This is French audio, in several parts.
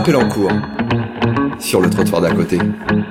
Appel en cours sur le trottoir d'à côté.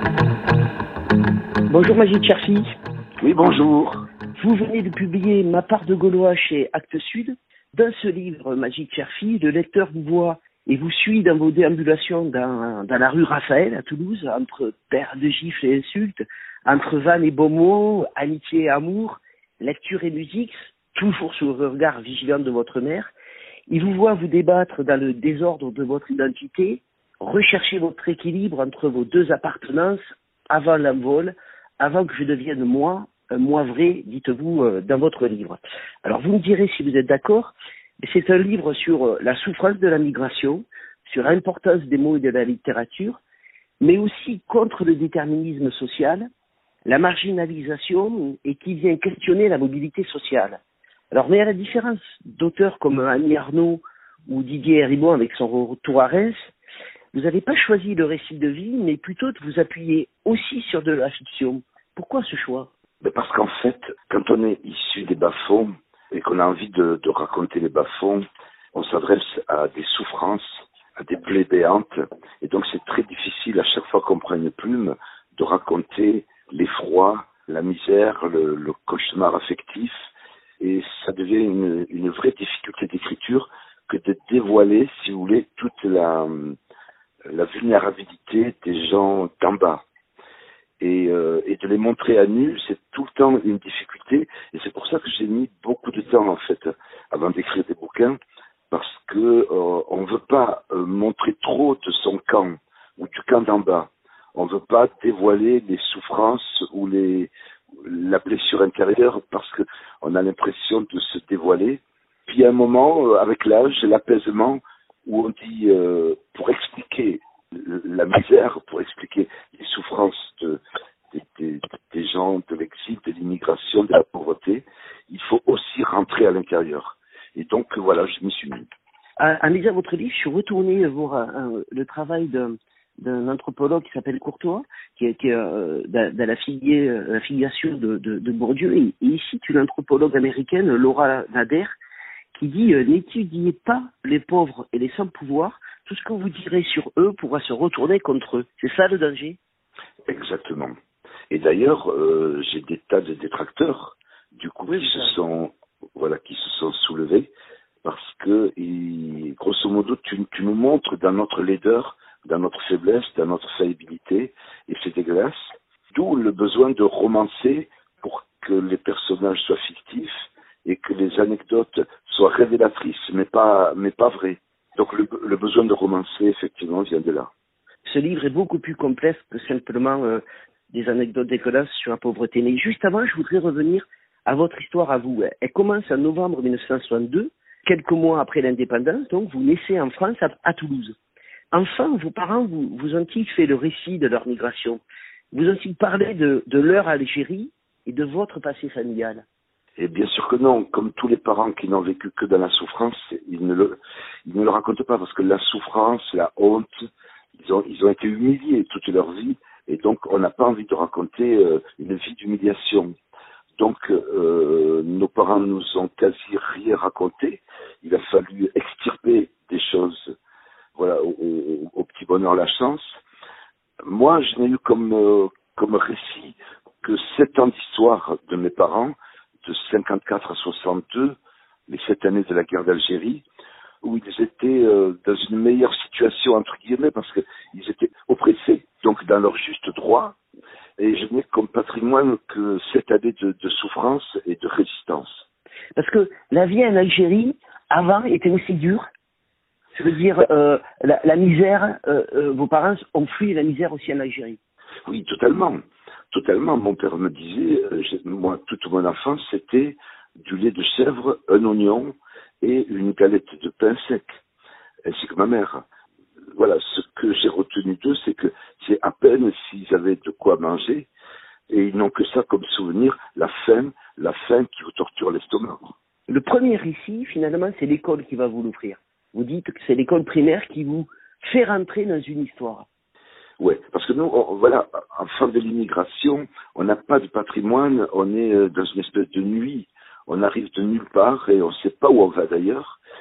Bonjour Majid Cherfi. Oui, bonjour. Vous venez de publier Ma part de Gaulois chez Actes Sud. Dans ce livre, Majid Cherfi, le lecteur vous voit et vous suit dans vos déambulations dans la rue Raphaël à Toulouse, entre paires de gifles et insultes, entre vannes et beaux mots, amitié et amour, lecture et musique, toujours sous le regard vigilant de votre mère. Il vous voit vous débattre dans le désordre de votre identité, rechercher votre équilibre entre vos deux appartenances avant l'envol, avant que je devienne moi, un moi vrai, dites-vous dans votre livre. Alors vous me direz si vous êtes d'accord, mais c'est un livre sur la souffrance de la migration, sur l'importance des mots et de la littérature, mais aussi contre le déterminisme social, la marginalisation et qui vient questionner la mobilité sociale. Alors, mais à la différence d'auteurs comme Annie Ernaux ou Didier Eribon avec son retour à Reims, vous n'avez pas choisi le récit de vie, mais plutôt de vous appuyer aussi sur de la fiction. Pourquoi ce choix ? Parce qu'en fait, quand on est issu des bas-fonds et qu'on a envie de raconter les bas-fonds, on s'adresse à des souffrances, à des plaies béantes, et donc c'est très difficile à chaque fois qu'on prend une plume de raconter l'effroi, la misère, le cauchemar affectif. Et ça devient une vraie difficulté d'écriture que de dévoiler, si vous voulez, toute la vulnérabilité des gens d'en bas. Et de les montrer à nu, c'est tout le temps une difficulté. Et c'est pour ça que j'ai mis beaucoup de temps, en fait, avant d'écrire des bouquins, parce que on veut pas montrer trop de son camp, ou du camp d'en bas. On veut pas dévoiler les souffrances ou la blessure intérieure parce que on a l'impression de se dévoiler. Puis il y a un moment, avec l'âge, l'apaisement, où on dit, pour expliquer la misère, pour expliquer les souffrances des gens, de l'exil, de l'immigration, de la pauvreté, il faut aussi rentrer à l'intérieur. Et donc, voilà, je m'y suis mis. En lisant votre livre, je suis retourné voir le travail d'un anthropologue qui s'appelle Courtois, qui est dans la filiation de Bourdieu, et il cite une anthropologue américaine, Laura Nader, qui dit n'étudiez pas les pauvres et les sans pouvoir, tout ce que vous direz sur eux pourra se retourner contre eux. C'est ça le danger ? Exactement. Et d'ailleurs, j'ai des tas de détracteurs, du coup, qui se sont soulevés, parce que, grosso modo, tu nous montres dans notre laideur, dans notre faiblesse, dans notre faillibilité, et c'est dégueulasse. D'où le besoin de romancer pour que les personnages soient fictifs et que les anecdotes soient révélatrices, mais pas vraies. Donc le besoin de romancer, effectivement, vient de là. Ce livre est beaucoup plus complexe que simplement des anecdotes dégueulasses sur la pauvreté. Mais juste avant, je voudrais revenir à votre histoire à vous. Elle commence en novembre 1962, quelques mois après l'indépendance, donc vous naissez en France à Toulouse. Enfin, vos parents vous ont-ils fait le récit de leur migration ? Vous ont-ils parlé de leur Algérie et de votre passé familial ? Et bien sûr que non. Comme tous les parents qui n'ont vécu que dans la souffrance, ils ne le racontent pas parce que la souffrance, la honte, ils ont été humiliés toute leur vie et donc on n'a pas envie de raconter une vie d'humiliation. Donc nos parents nous ont quasi rien raconté. Il a fallu extirper des choses. Voilà, au petit bonheur la chance. Moi, je n'ai eu comme récit que 7 ans d'histoire de mes parents, de 54 à 62, les 7 années de la guerre d'Algérie, où ils étaient dans une meilleure situation, entre guillemets, parce qu'ils étaient oppressés, donc dans leur juste droit, et je n'ai comme patrimoine que 7 années de souffrance et de résistance. Parce que la vie en Algérie, avant, était aussi dure. Je veux dire, la misère, vos parents ont fui la misère aussi en Algérie. Oui, totalement. Totalement. Mon père me disait, moi, toute mon enfance, c'était du lait de chèvre, un oignon et une galette de pain sec, ainsi que ma mère. Voilà, ce que j'ai retenu d'eux, c'est que c'est à peine s'ils avaient de quoi manger, et ils n'ont que ça comme souvenir, la faim qui vous torture l'estomac. Le premier récit, finalement, c'est l'école qui va vous l'offrir. Vous dites que c'est l'école primaire qui vous fait rentrer dans une histoire. Oui, parce que nous, voilà, en fin de l'immigration, on n'a pas de patrimoine, on est dans une espèce de nuit. On arrive de nulle part et on ne sait pas où on va d'ailleurs.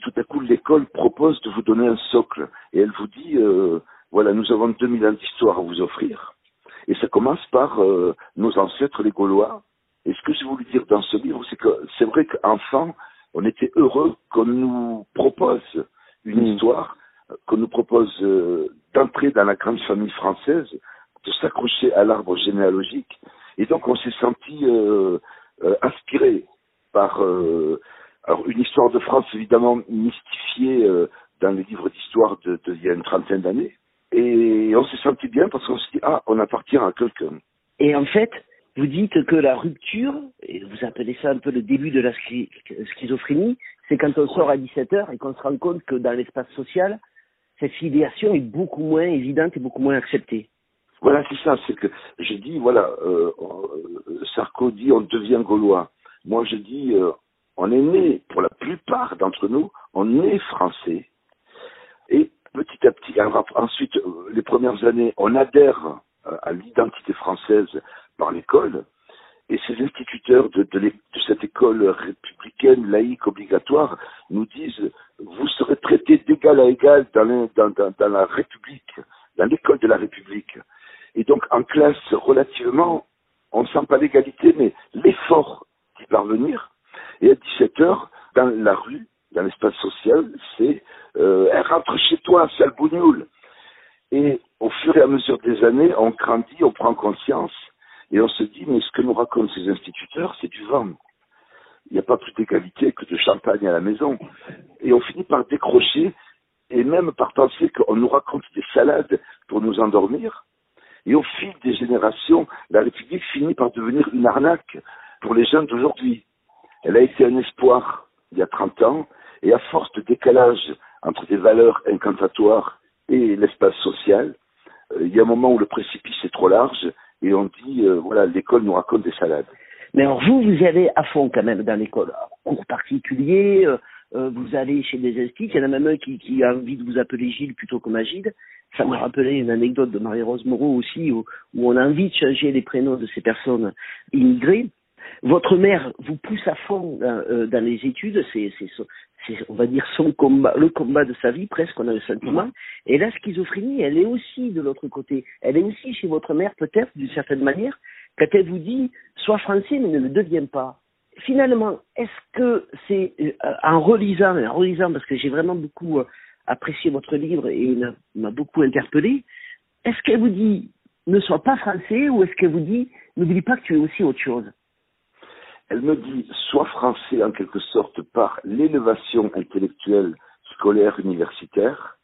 tout à coup l'école propose de vous donner un socle et elle vous dit voilà, nous avons 2000 ans d'histoire à vous offrir et ça commence par nos ancêtres les Gaulois. Et ce que j'ai voulu dire dans ce livre, c'est que c'est vrai qu'enfant, on était heureux qu'on nous propose une histoire, qu'on nous propose d'entrer dans la grande famille française, de s'accrocher à l'arbre généalogique. Et donc on s'est senti inspiré par alors une histoire de France évidemment mystifiée dans les livres d'histoire il y a une trentaine d'années. Et on s'est senti bien parce qu'on s'est dit, on appartient à quelqu'un. Et en fait, vous dites que la rupture, et vous appelez ça un peu le début de la schizophrénie, c'est quand on sort à 17h et qu'on se rend compte que dans l'espace social, cette filiation est beaucoup moins évidente et beaucoup moins acceptée. Voilà, c'est ça, c'est que je dis, voilà, Sarko dit on devient gaulois. Moi je dis, on est né, pour la plupart d'entre nous, on est français. Et petit à petit, alors ensuite, les premières années, on adhère à l'identité française par l'école. Et ces instituteurs de cette école républicaine, laïque, obligatoire, nous disent, vous serez traités d'égal à égal dans la République, dans l'école de la République. Et donc, en classe, relativement, on ne sent pas l'égalité, mais l'effort d'y parvenir. Et à 17h, dans la rue, dans l'espace social, c'est rentre chez toi, sale bougnoule. Et au fur et à mesure des années, on grandit, on prend conscience, et on se dit, mais ce que nous racontent ces instituteurs, c'est du vent. Il n'y a pas plus d'égalité que de champagne à la maison. Et on finit par décrocher, et même par penser qu'on nous raconte des salades pour nous endormir. Et au fil des générations, la République finit par devenir une arnaque pour les jeunes d'aujourd'hui. Elle a été un espoir il y a 30 ans, et à force de décalage entre des valeurs incantatoires et l'espace social, il y a un moment où le précipice est trop large, et on dit, voilà, l'école nous raconte des salades. Mais alors vous y allez à fond quand même dans l'école. Cours particuliers, vous allez chez des instituts, il y en a même un qui a envie de vous appeler Gilles plutôt que Magide. Ça me rappelait une anecdote de Marie-Rose Moreau aussi, où on a envie de changer les prénoms de ces personnes immigrées. Votre mère vous pousse à fond dans les études, c'est on va dire son combat, le combat de sa vie presque, on a le sentiment. Et la schizophrénie, elle est aussi de l'autre côté. Elle est aussi chez votre mère peut-être d'une certaine manière, quand elle vous dit sois français mais ne le deviens pas. Finalement, est-ce que c'est en relisant parce que j'ai vraiment beaucoup apprécié votre livre et il m'a beaucoup interpellé, est-ce qu'elle vous dit ne sois pas français ou est-ce qu'elle vous dit n'oublie pas que tu es aussi autre chose? Elle me dit, sois français en quelque sorte par l'élévation intellectuelle, scolaire, universitaire,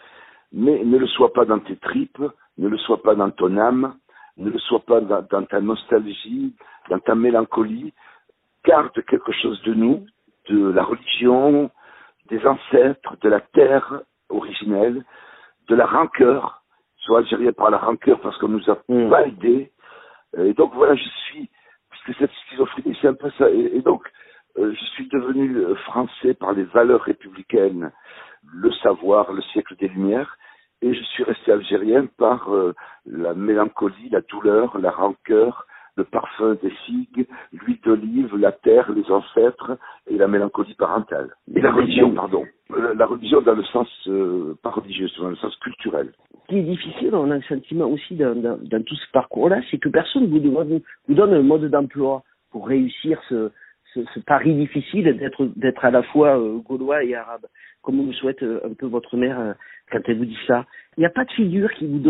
mais ne le sois pas dans tes tripes, ne le sois pas dans ton âme, ne le sois pas dans ta nostalgie, dans ta mélancolie. Garde quelque chose de nous, de la religion, des ancêtres, de la terre originelle, de la rancœur. Sois algérien par la rancœur parce qu'on nous a pas aidés. Et donc voilà, parce que cette schizophrénie, c'est un peu ça. Et donc, je suis devenu français par les valeurs républicaines, le savoir, le siècle des Lumières, et je suis resté algérien par la mélancolie, la douleur, la rancœur, le parfum des figues, l'huile d'olive, la terre, les ancêtres, et la mélancolie parentale. Et la religion, pardon. La religion dans le sens, pas religieux, dans le sens culturel. Ce qui est difficile, on a le sentiment aussi dans tout ce parcours-là, c'est que personne vous donne un mode d'emploi pour réussir ce pari difficile d'être à la fois gaulois et arabe, comme vous souhaite un peu votre mère quand elle vous dit ça. Il n'y a pas de figure qui vous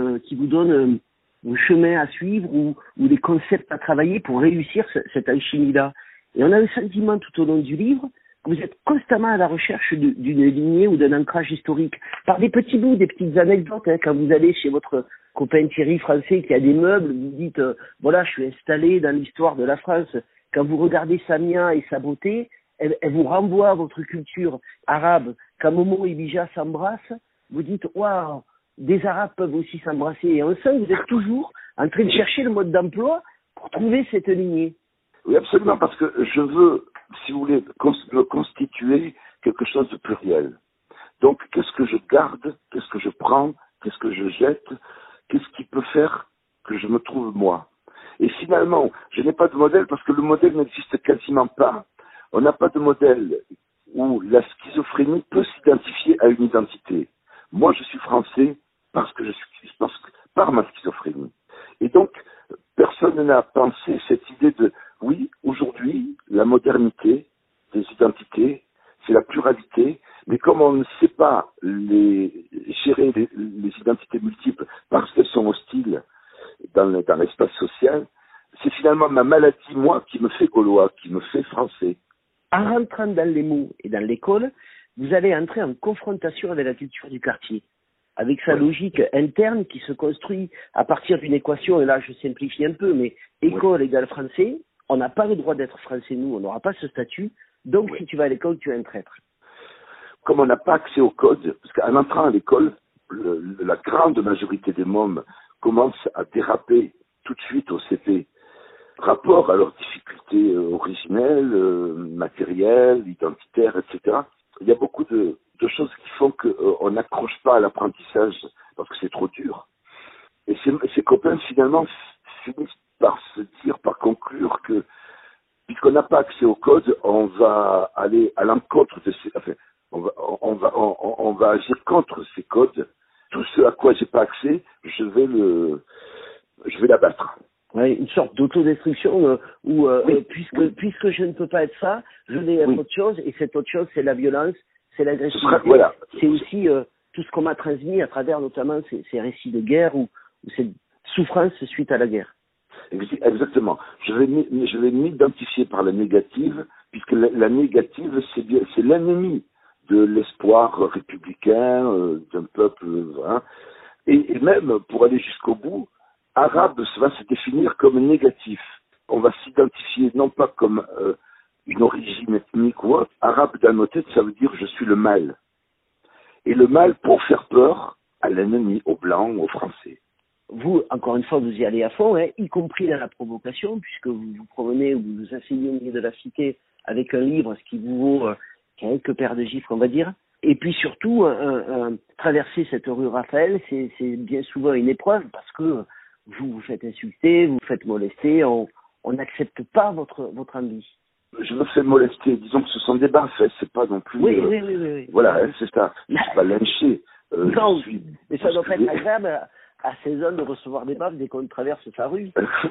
donne un chemin à suivre ou des concepts à travailler pour réussir cette alchimie-là. Et on a le sentiment tout au long du livre que vous êtes constamment à la recherche d'une lignée ou d'un ancrage historique, par des petits bouts, des petites anecdotes. Quand vous allez chez votre copain Thierry français qui a des meubles, vous dites voilà, je suis installé dans l'histoire de la France. Quand vous regardez Samia et sa beauté, elle vous renvoie à votre culture arabe. Quand Momo et Bija s'embrassent, vous dites waouh, des Arabes peuvent aussi s'embrasser. Et on sent que vous êtes toujours en train de chercher le mode d'emploi pour trouver cette lignée. Oui, absolument, parce que je veux, si vous voulez, me constituer quelque chose de pluriel. Donc, qu'est-ce que je garde, qu'est-ce que je prends, qu'est-ce que je jette, qu'est-ce qui peut faire que je me trouve moi. Et finalement, je n'ai pas de modèle parce que le modèle n'existe quasiment pas. On n'a pas de modèle où la schizophrénie peut s'identifier à une identité. Moi, je suis français par ma schizophrénie. Et donc, personne n'a pensé cette idée de, oui, aujourd'hui, la modernité des identités, c'est la pluralité, mais comme on ne sait pas gérer les identités multiples parce qu'elles sont hostiles dans l'espace social, c'est finalement ma maladie, moi, qui me fait gaulois, qui me fait français. En rentrant dans les mots et dans l'école, vous allez entrer en confrontation avec la culture du quartier, avec sa logique interne qui se construit à partir d'une équation, et là je simplifie un peu, mais école égale français, on n'a pas le droit d'être français, nous, on n'aura pas ce statut, donc si tu vas à l'école, tu es un traître. Comme on n'a pas accès au code, parce qu'en entrant à l'école, la grande majorité des mômes commencent à déraper tout de suite au CP, rapport à leurs difficultés originelles, matérielles, identitaires, etc. Il y a beaucoup de choses qui font qu'on n'accroche pas à l'apprentissage parce que c'est trop dur. Et ces copains, finalement, finissent par conclure que, puisqu'on n'a pas accès au code, on va aller à l'encontre de ces... Enfin, on va agir contre ces codes. Tout ce à quoi j'ai pas accès, je vais l'abattre. Ouais, une sorte d'autodestruction où puisque je ne peux pas être ça, je vais être autre chose, et cette autre chose, c'est la violence, c'est l'agressivité, c'est aussi tout ce qu'on m'a transmis à travers notamment ces récits de guerre ou cette souffrance suite à la guerre. Exactement. Je vais m'identifier par la négative, puisque la négative, c'est l'ennemi de l'espoir républicain d'un peuple, hein. Et même, pour aller jusqu'au bout, arabe va se définir comme négatif. On va s'identifier non pas comme une origine ethnique ou autre. Arabe dans nos têtes, ça veut dire je suis le mal. Et le mal pour faire peur à l'ennemi, aux blancs, aux français. Vous, encore une fois, vous y allez à fond, hein, y compris dans la provocation, puisque vous vous promenez ou vous vous asseyez au milieu de la cité avec un livre, ce qui vous vaut quelques paires de gifles, on va dire. Et puis surtout, traverser cette rue Raphaël, c'est bien souvent une épreuve parce que vous vous faites insulter, vous vous faites molester, on n'accepte pas votre envie. Je me fais molester, disons que ce sont des baffes, c'est pas non plus... Oui. Voilà, c'est ça, je ne suis pas lynché. Non, mais ça doit pas être agréable à 16 ans de recevoir des baffes dès qu'on traverse sa rue.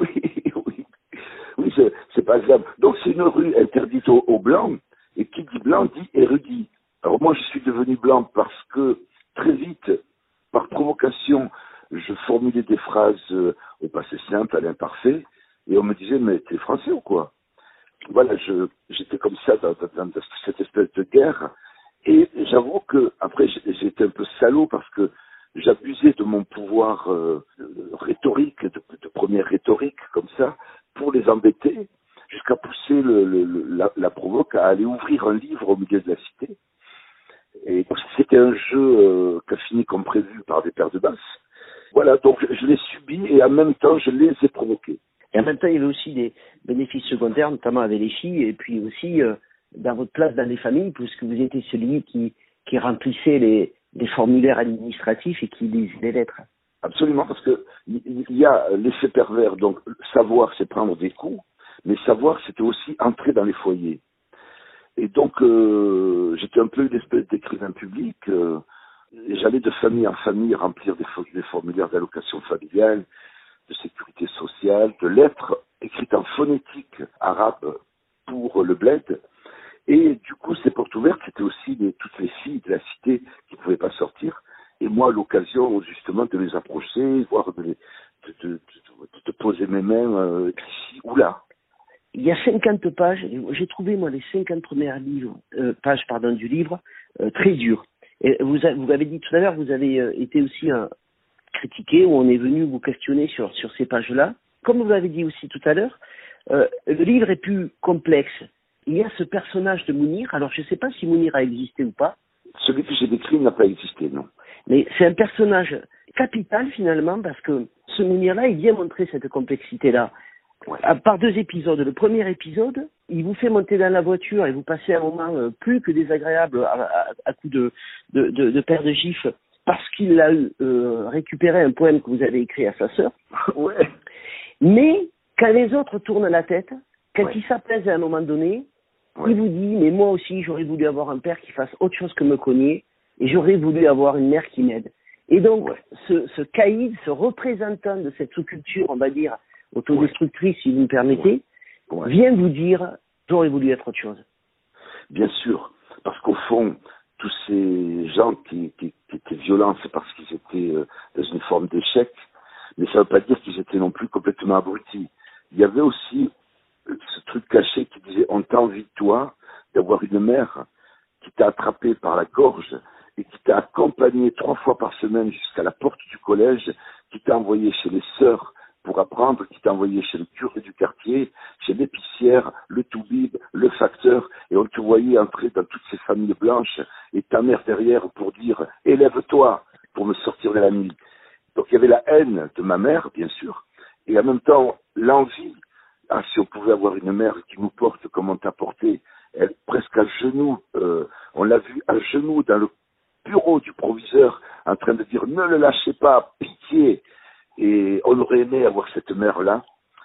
Oui, c'est pas agréable. Donc c'est une rue interdite aux blancs, et qui dit blanc dit érudit. Alors moi je suis devenu blanc parce que très vite, par provocation, je formulais des phrases au passé simple, à l'imparfait, et on me disait mais t'es français ou quoi? Voilà, j'étais comme ça dans cette espèce de guerre, et j'avoue que après j'étais un peu salaud parce que j'abusais de mon pouvoir rhétorique, de première rhétorique comme ça, pour les embêter, jusqu'à pousser la provoque à aller ouvrir un livre au milieu de la cité. Et c'était un jeu qui a fini comme prévu par des paires de basses. Voilà, donc je l'ai subi et en même temps je les ai provoqués. Et en même temps, il y avait aussi des bénéfices secondaires, notamment avec les filles, et puis aussi dans votre place dans les familles, puisque vous étiez celui qui remplissait les formulaires administratifs et qui lisait les lettres. Absolument, parce que il y a l'effet pervers. Donc, savoir, c'est prendre des coups, mais savoir, c'était aussi entrer dans les foyers. Et donc, j'étais un peu une espèce d'écrivain public. Et j'allais de famille en famille remplir des formulaires d'allocation familiale, de sécurité sociale, de lettres écrites en phonétique arabe pour le bled. Et du coup, ces portes ouvertes, c'était aussi toutes les filles de la cité qui ne pouvaient pas sortir. Et moi, l'occasion justement de les approcher, voire de poser mes mains ici ou là. Il y a 50 pages, j'ai trouvé moi les 50 premières pages du livre très dures. Et vous avez dit tout à l'heure, vous avez été aussi critiqué, où on est venu vous questionner sur ces pages-là. Comme vous l'avez dit aussi tout à l'heure, le livre est plus complexe. Il y a ce personnage de Mounir, alors je ne sais pas si Mounir a existé ou pas. Celui que j'ai décrit n'a pas existé, non. Mais c'est un personnage capital finalement, parce que ce Mounir-là, il vient montrer cette complexité-là. Ouais. Par 2 épisodes. Le premier épisode, il vous fait monter dans la voiture et vous passez un moment plus que désagréable à coup de paire de gifles, parce qu'il a récupéré un poème que vous avez écrit à sa sœur. Ouais. Mais quand les autres tournent la tête, quand ils s'apaisent à un moment donné, Ouais. Il vous dit, mais moi aussi, j'aurais voulu avoir un père qui fasse autre chose que me cogner, et j'aurais voulu avoir une mère qui m'aide. Et donc, ce caïd, ce représentant de cette sous-culture, on va dire, autodestructrice, si vous me permettez, vient vous dire, j'aurais voulu être autre chose. Bien sûr, parce qu'au fond, tous ces gens qui étaient violents, c'est parce qu'ils étaient dans une forme d'échec, mais ça ne veut pas dire qu'ils étaient non plus complètement abrutis. Il y avait aussi ce truc caché qui disait, on t'a envie de toi d'avoir une mère qui t'a attrapé par la gorge et qui t'a accompagné 3 fois par semaine jusqu'à la porte du collège, qui t'a envoyé chez les sœurs pour apprendre, qui t'a envoyé chez le curé du quartier, chez l'épicière, le toubib, le facteur, et on te voyait entrer dans toutes ces familles blanches, et ta mère derrière pour dire « élève-toi » pour me sortir de la nuit. Donc il y avait la haine de ma mère, bien sûr, et en même temps l'envie. Ah, si on pouvait avoir une mère qui nous porte comme on t'a porté, elle presque à genoux, on l'a vu à genoux dans le bureau du proviseur en train de dire « ne le lâchez pas, pitié ». Et on aurait aimé avoir cette mère-là.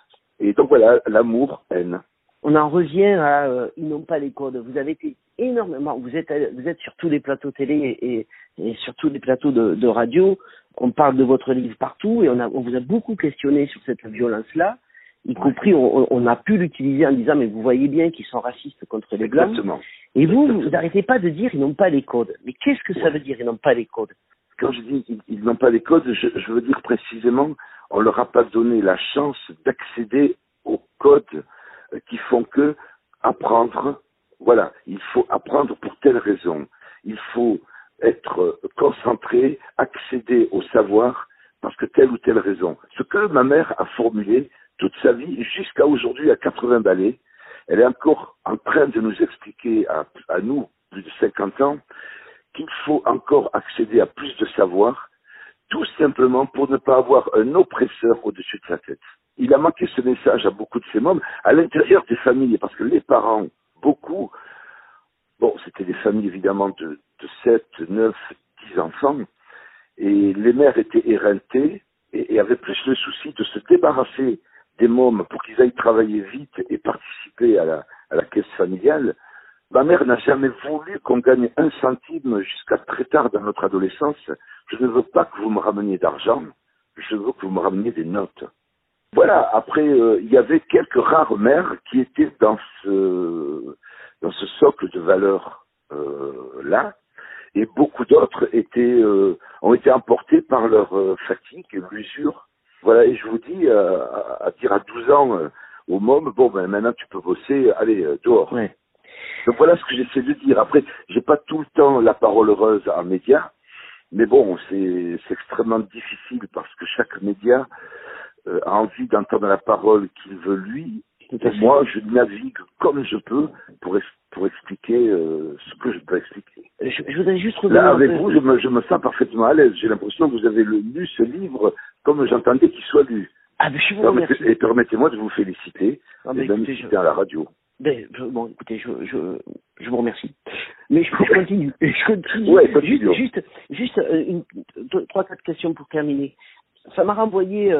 Et donc voilà, l'amour, haine. On en revient à ils n'ont pas les codes. Vous avez été énormément, vous êtes sur tous les plateaux télé et sur tous les plateaux de radio. On parle de votre livre partout et on vous a beaucoup questionné sur cette violence-là, y compris on a pu l'utiliser en disant mais vous voyez bien qu'ils sont racistes contre les blancs. Exactement. Et vous n'arrêtez pas de dire ils n'ont pas les codes. Mais qu'est-ce que ça veut dire ils n'ont pas les codes? Quand je dis qu'ils n'ont pas les codes, je veux dire précisément, on leur a pas donné la chance d'accéder aux codes qui font que apprendre, voilà, il faut apprendre pour telle raison. Il faut être concentré, accéder au savoir parce que telle ou telle raison. Ce que ma mère a formulé toute sa vie, jusqu'à aujourd'hui à 80 balais, elle est encore en train de nous expliquer à nous, plus de 50 ans, qu'il faut encore accéder à plus de savoir, tout simplement pour ne pas avoir un oppresseur au-dessus de sa tête. Il a manqué ce message à beaucoup de ces membres, à l'intérieur des familles, parce que les parents, beaucoup, bon, c'était des familles évidemment de 7, 9, 10 enfants, et les mères étaient éreintées et avaient plus le souci de se débarrasser des mômes pour qu'ils aillent travailler vite et participer à la caisse familiale. Ma mère n'a jamais voulu qu'on gagne 1 centime jusqu'à très tard dans notre adolescence. Je ne veux pas que vous me rameniez d'argent, je veux que vous me rameniez des notes. Voilà, après, il y avait quelques rares mères qui étaient dans ce socle de valeurs là, et beaucoup d'autres ont été emportées par leur fatigue et l'usure. Voilà, et je vous dis, à dire à 12 ans au môme, bon, ben maintenant tu peux bosser, allez, dehors. Ouais. Donc voilà ce que j'essaie de dire. Après, j'ai pas tout le temps la parole heureuse en médias, mais bon, c'est extrêmement difficile parce que chaque média a envie d'entendre la parole qu'il veut lui. Et moi, je navigue comme je peux pour expliquer ce que je peux expliquer. Je voudrais juste revenir là avec vous, je me sens parfaitement à l'aise. J'ai l'impression que vous avez lu ce livre comme j'entendais qu'il soit lu. Ah, ben, je vous remercie. Et permettez-moi de vous féliciter ah, et de me citer à la radio. Bon, écoutez, je vous remercie. Mais je continue. Je continue. Ouais, continue. Juste 3-4 questions pour terminer. Ça m'a renvoyé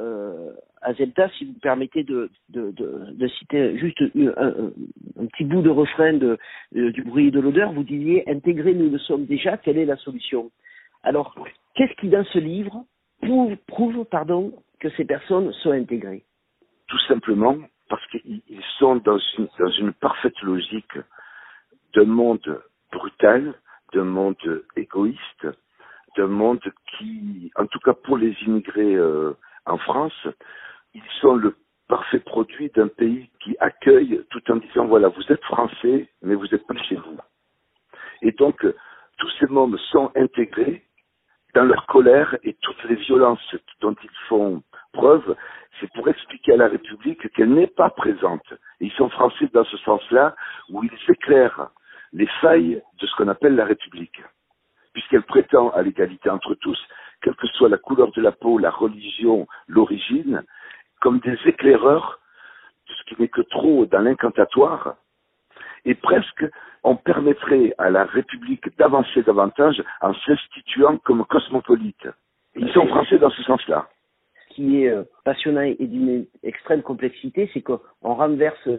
à Zelda, si vous me permettez de citer juste un petit bout de refrain du bruit et de l'odeur. Vous disiez, intégrés nous le sommes déjà, quelle est la solution? Alors, qu'est-ce qui dans ce livre prouve que ces personnes sont intégrées? Tout simplement parce qu'ils sont dans une parfaite logique d'un monde brutal, d'un monde égoïste, d'un monde qui, en tout cas pour les immigrés en France, ils sont le parfait produit d'un pays qui accueille tout en disant, voilà, vous êtes français, mais vous n'êtes pas chez vous. Et donc, tous ces mômes sont intégrés dans leur colère et toutes les violences dont ils font preuve, c'est pour expliquer à la République qu'elle n'est pas présente. Et ils sont français dans ce sens-là, où ils éclairent les failles de ce qu'on appelle la République. Puisqu'elle prétend à l'égalité entre tous, quelle que soit la couleur de la peau, la religion, l'origine, comme des éclaireurs de ce qui n'est que trop dans l'incantatoire, et presque on permettrait à la République d'avancer davantage en s'instituant comme cosmopolite. Ils sont français dans ce sens-là. Ce qui est passionnant et d'une extrême complexité, c'est qu'on renverse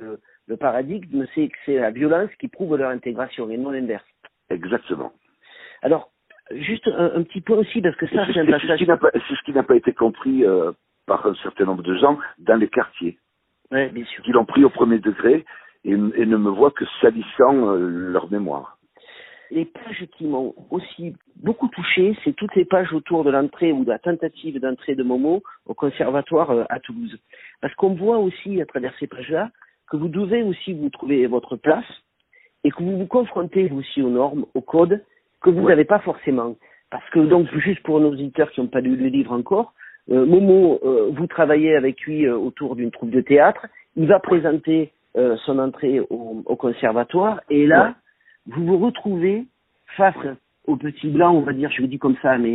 Le paradigme, c'est que c'est la violence qui prouve leur intégration et non l'inverse. Exactement. Alors, juste un petit point aussi, parce que ça, c'est un C'est passage... ce qui n'a pas été compris par un certain nombre de gens dans les quartiers. Oui, bien sûr. Qui l'ont pris au premier degré et ne me voient que salissant leur mémoire. Les pages qui m'ont aussi beaucoup touché, c'est toutes les pages autour de l'entrée ou de la tentative d'entrée de Momo au conservatoire à Toulouse. Parce qu'on voit aussi à travers ces pages-là que vous devez aussi vous trouver votre place et que vous vous confrontez vous aussi aux normes, aux codes que vous n'avez pas forcément. Parce que donc, juste pour nos auditeurs qui n'ont pas lu le livre encore, Momo, vous travaillez avec lui autour d'une troupe de théâtre, il va présenter son entrée au conservatoire et là, vous vous retrouvez face au petit blanc, on va dire, je vous dis comme ça, mais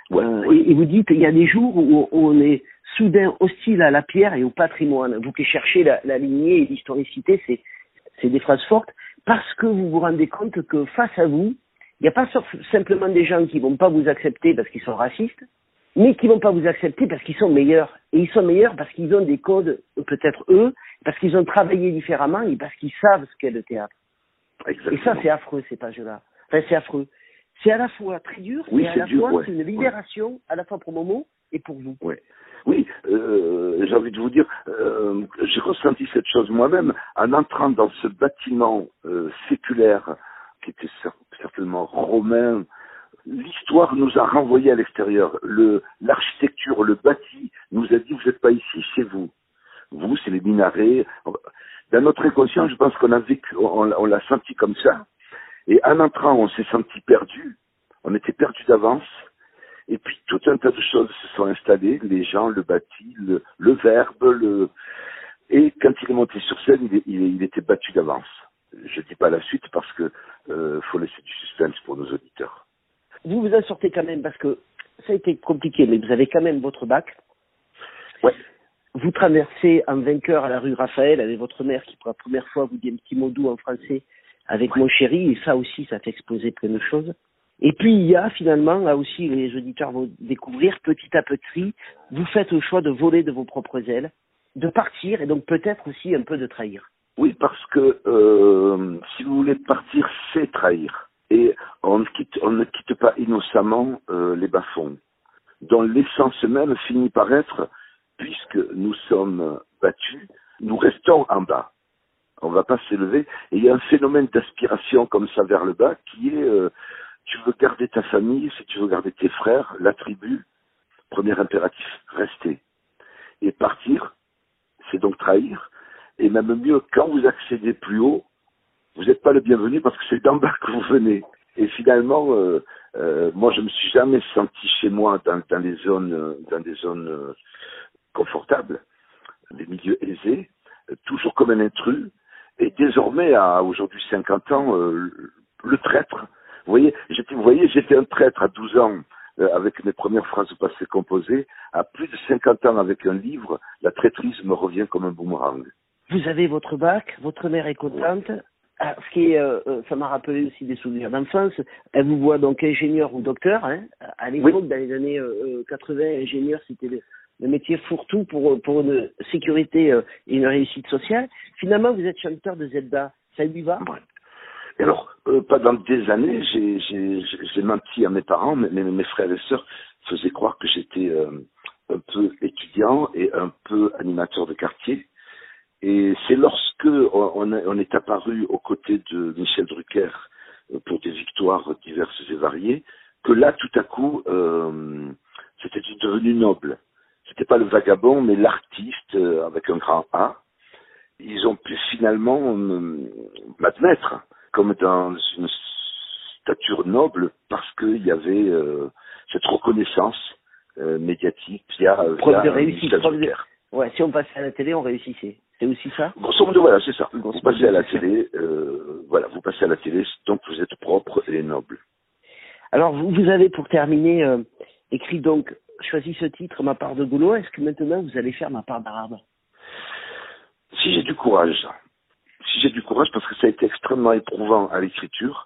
et vous dites, il y a des jours où on est soudain hostile à la pierre et au patrimoine. Vous qui cherchez la lignée et l'historicité, c'est des phrases fortes, parce que vous vous rendez compte que face à vous, il n'y a pas simplement des gens qui vont pas vous accepter parce qu'ils sont racistes, mais qui vont pas vous accepter parce qu'ils sont meilleurs. Et ils sont meilleurs parce qu'ils ont des codes, peut-être eux, parce qu'ils ont travaillé différemment et parce qu'ils savent ce qu'est le théâtre. Exactement. Et ça, c'est affreux, ces pages-là. Enfin, c'est affreux. C'est à la fois très dur, et à la fois, c'est une libération, à la fois pour Momo et pour vous. Oui, j'ai envie de vous dire, j'ai ressenti cette chose moi-même en entrant dans ce bâtiment séculaire qui était certainement romain. L'histoire nous a renvoyés à l'extérieur. L'architecture, le bâti nous a dit, vous n'êtes pas ici, c'est vous. Vous, c'est les minarets. Dans notre inconscient, je pense qu'on a vécu, on l'a senti comme ça. Et en entrant, on s'est senti perdu. On était perdu d'avance. Et puis, tout un tas de choses se sont installées. Les gens, le bâti, le verbe, et quand il est monté sur scène, il était battu d'avance. Je dis pas la suite parce que faut laisser du suspense pour nos auditeurs. Vous vous en sortez quand même parce que ça a été compliqué, mais vous avez quand même votre bac. Ouais. Vous traversez en vainqueur à la rue Raphaël avec votre mère qui pour la première fois vous dit un petit mot doux en français avec mon chéri, et ça aussi, ça fait exploser plein de choses. Et puis il y a finalement, là aussi les auditeurs vont découvrir petit à petit, vous faites le choix de voler de vos propres ailes, de partir et donc peut-être aussi un peu de trahir. Oui, parce que si vous voulez partir, c'est trahir. Et on ne quitte pas innocemment les bas-fonds, dont l'essence même finit par être, puisque nous sommes battus, nous restons en bas. On ne va pas s'élever. Et il y a un phénomène d'aspiration comme ça vers le bas qui est, tu veux garder ta famille, si tu veux garder tes frères, la tribu, premier impératif, rester. Et partir, c'est donc trahir. Et même mieux, quand vous accédez plus haut, vous n'êtes pas le bienvenu parce que c'est d'en bas que vous venez. Et finalement, moi, je me suis jamais senti chez moi dans des zones confortables, des milieux aisés, toujours comme un intrus. Et désormais, à aujourd'hui 50 ans, le traître. Vous voyez, j'étais un traître à 12 ans avec mes premières phrases passées composées. À plus de 50 ans avec un livre, la traîtrise me revient comme un boomerang. Vous avez votre bac, votre mère est contente. Ah, ce qui est, ça m'a rappelé aussi des souvenirs d'enfance. Elle vous voit donc ingénieur ou docteur. Hein. À l'époque, dans les années 80, ingénieur, c'était le métier fourre-tout pour une sécurité et une réussite sociale. Finalement, vous êtes chanteur de Zelda. Ça lui va? Et alors, pendant des années, j'ai menti à mes parents, mes frères et sœurs faisaient croire que j'étais un peu étudiant et un peu animateur de quartier. Et c'est lorsque on est apparu aux côtés de Michel Drucker pour des victoires diverses et variées, que là, tout à coup, c'était devenu noble. C'était pas le vagabond, mais l'artiste avec un grand A. Ils ont pu finalement m'admettre comme dans une stature noble parce qu'il y avait cette reconnaissance médiatique via preuve de réussite, Michel Drucker. Ouais, si on passait à la télé, on réussissait. C'est aussi ça? Grosso modo, voilà, c'est ça. Vous passez à la télé, vous passez à la télé, donc vous êtes propre et noble. Alors, vous avez, pour terminer, écrit donc, choisi ce titre, Ma part de Gaulois. Est-ce que maintenant vous allez faire Ma part d'arabe? Si j'ai du courage, parce que ça a été extrêmement éprouvant à l'écriture.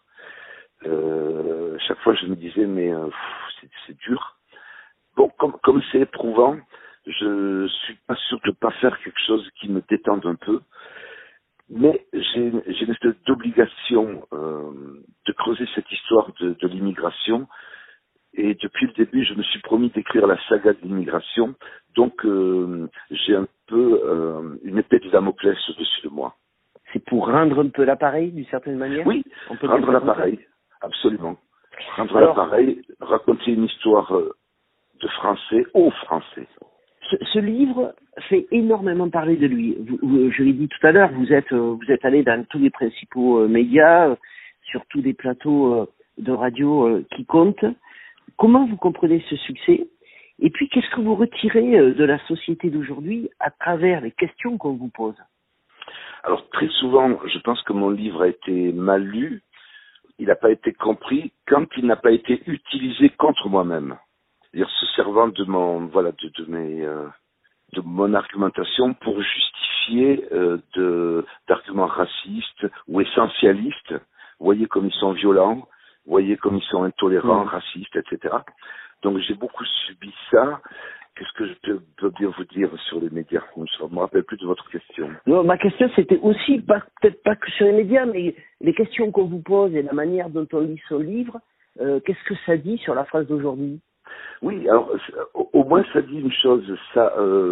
Chaque fois, je me disais, mais c'est dur. Bon, comme c'est éprouvant, je suis pas sûr de pas faire quelque chose qui me détende un peu. Mais j'ai une espèce d'obligation de creuser cette histoire de l'immigration. Et depuis le début, je me suis promis d'écrire la saga de l'immigration. Donc, j'ai un peu une épée de Damoclès au-dessus de moi. C'est pour rendre un peu l'appareil, d'une certaine manière? Oui, rendre l'appareil, absolument. Rendre l'appareil, raconter une histoire de Français aux Français. Ce livre fait énormément parler de lui. Je l'ai dit tout à l'heure, vous êtes allé dans tous les principaux médias, sur tous les plateaux de radio qui comptent. Comment vous comprenez ce succès? Et puis, qu'est-ce que vous retirez de la société d'aujourd'hui à travers les questions qu'on vous pose? Alors, très souvent, je pense que mon livre a été mal lu. Il n'a pas été compris quand il n'a pas été utilisé contre moi-même. C'est-à-dire se servant de mon argumentation pour justifier d'arguments racistes ou essentialistes. Vous voyez comme ils sont violents, vous voyez comme ils sont intolérants, racistes, etc. Donc j'ai beaucoup subi ça. Qu'est-ce que je peux bien vous dire sur les médias? Je ne me rappelle plus de votre question. Non, ma question c'était aussi, peut-être pas que sur les médias, mais les questions qu'on vous pose et la manière dont on lit son livre, qu'est-ce que ça dit sur la France d'aujourd'hui? Oui, alors au moins ça dit une chose, ça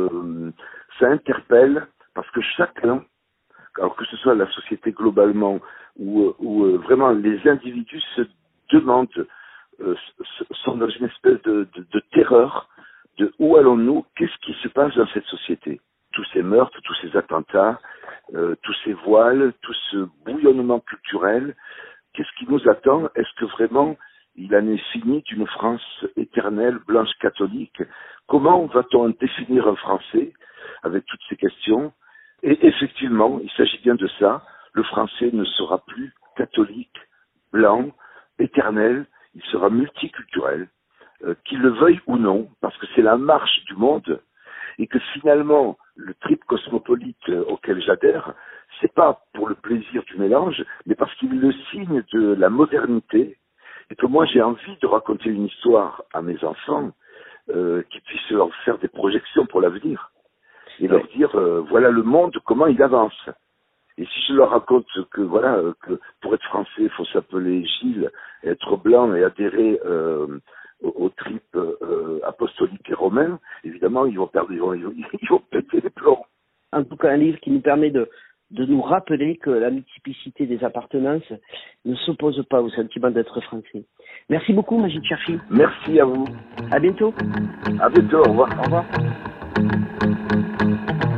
interpelle, parce que chacun, alors que ce soit la société globalement ou vraiment les individus se demandent, sont dans une espèce de terreur de où allons-nous, qu'est-ce qui se passe dans cette société? Tous ces meurtres, tous ces attentats, tous ces voiles, tout ce bouillonnement culturel, qu'est-ce qui nous attend? Est-ce que vraiment il en est fini d'une France éternelle, blanche catholique? Comment va-t-on définir un Français avec toutes ces questions? Et effectivement, il s'agit bien de ça. Le Français ne sera plus catholique, blanc, éternel, il sera multiculturel, qu'il le veuille ou non, parce que c'est la marche du monde, et que finalement, le trip cosmopolite auquel j'adhère, c'est pas pour le plaisir du mélange, mais parce qu'il est le signe de la modernité, et que moi j'ai envie de raconter une histoire à mes enfants qui puisse leur faire des projections pour l'avenir, et leur dire, voilà le monde, comment il avance. Et si je leur raconte que que pour être français, il faut s'appeler Gilles, être blanc et adhérer au trip apostolique et romain, évidemment, ils vont péter les plombs. En tout cas, un livre qui nous permet de nous rappeler que la multiplicité des appartenances ne s'oppose pas au sentiment d'être français. Merci beaucoup, Majid Cherfi. Merci à vous. À bientôt. À bientôt, au revoir. Au revoir.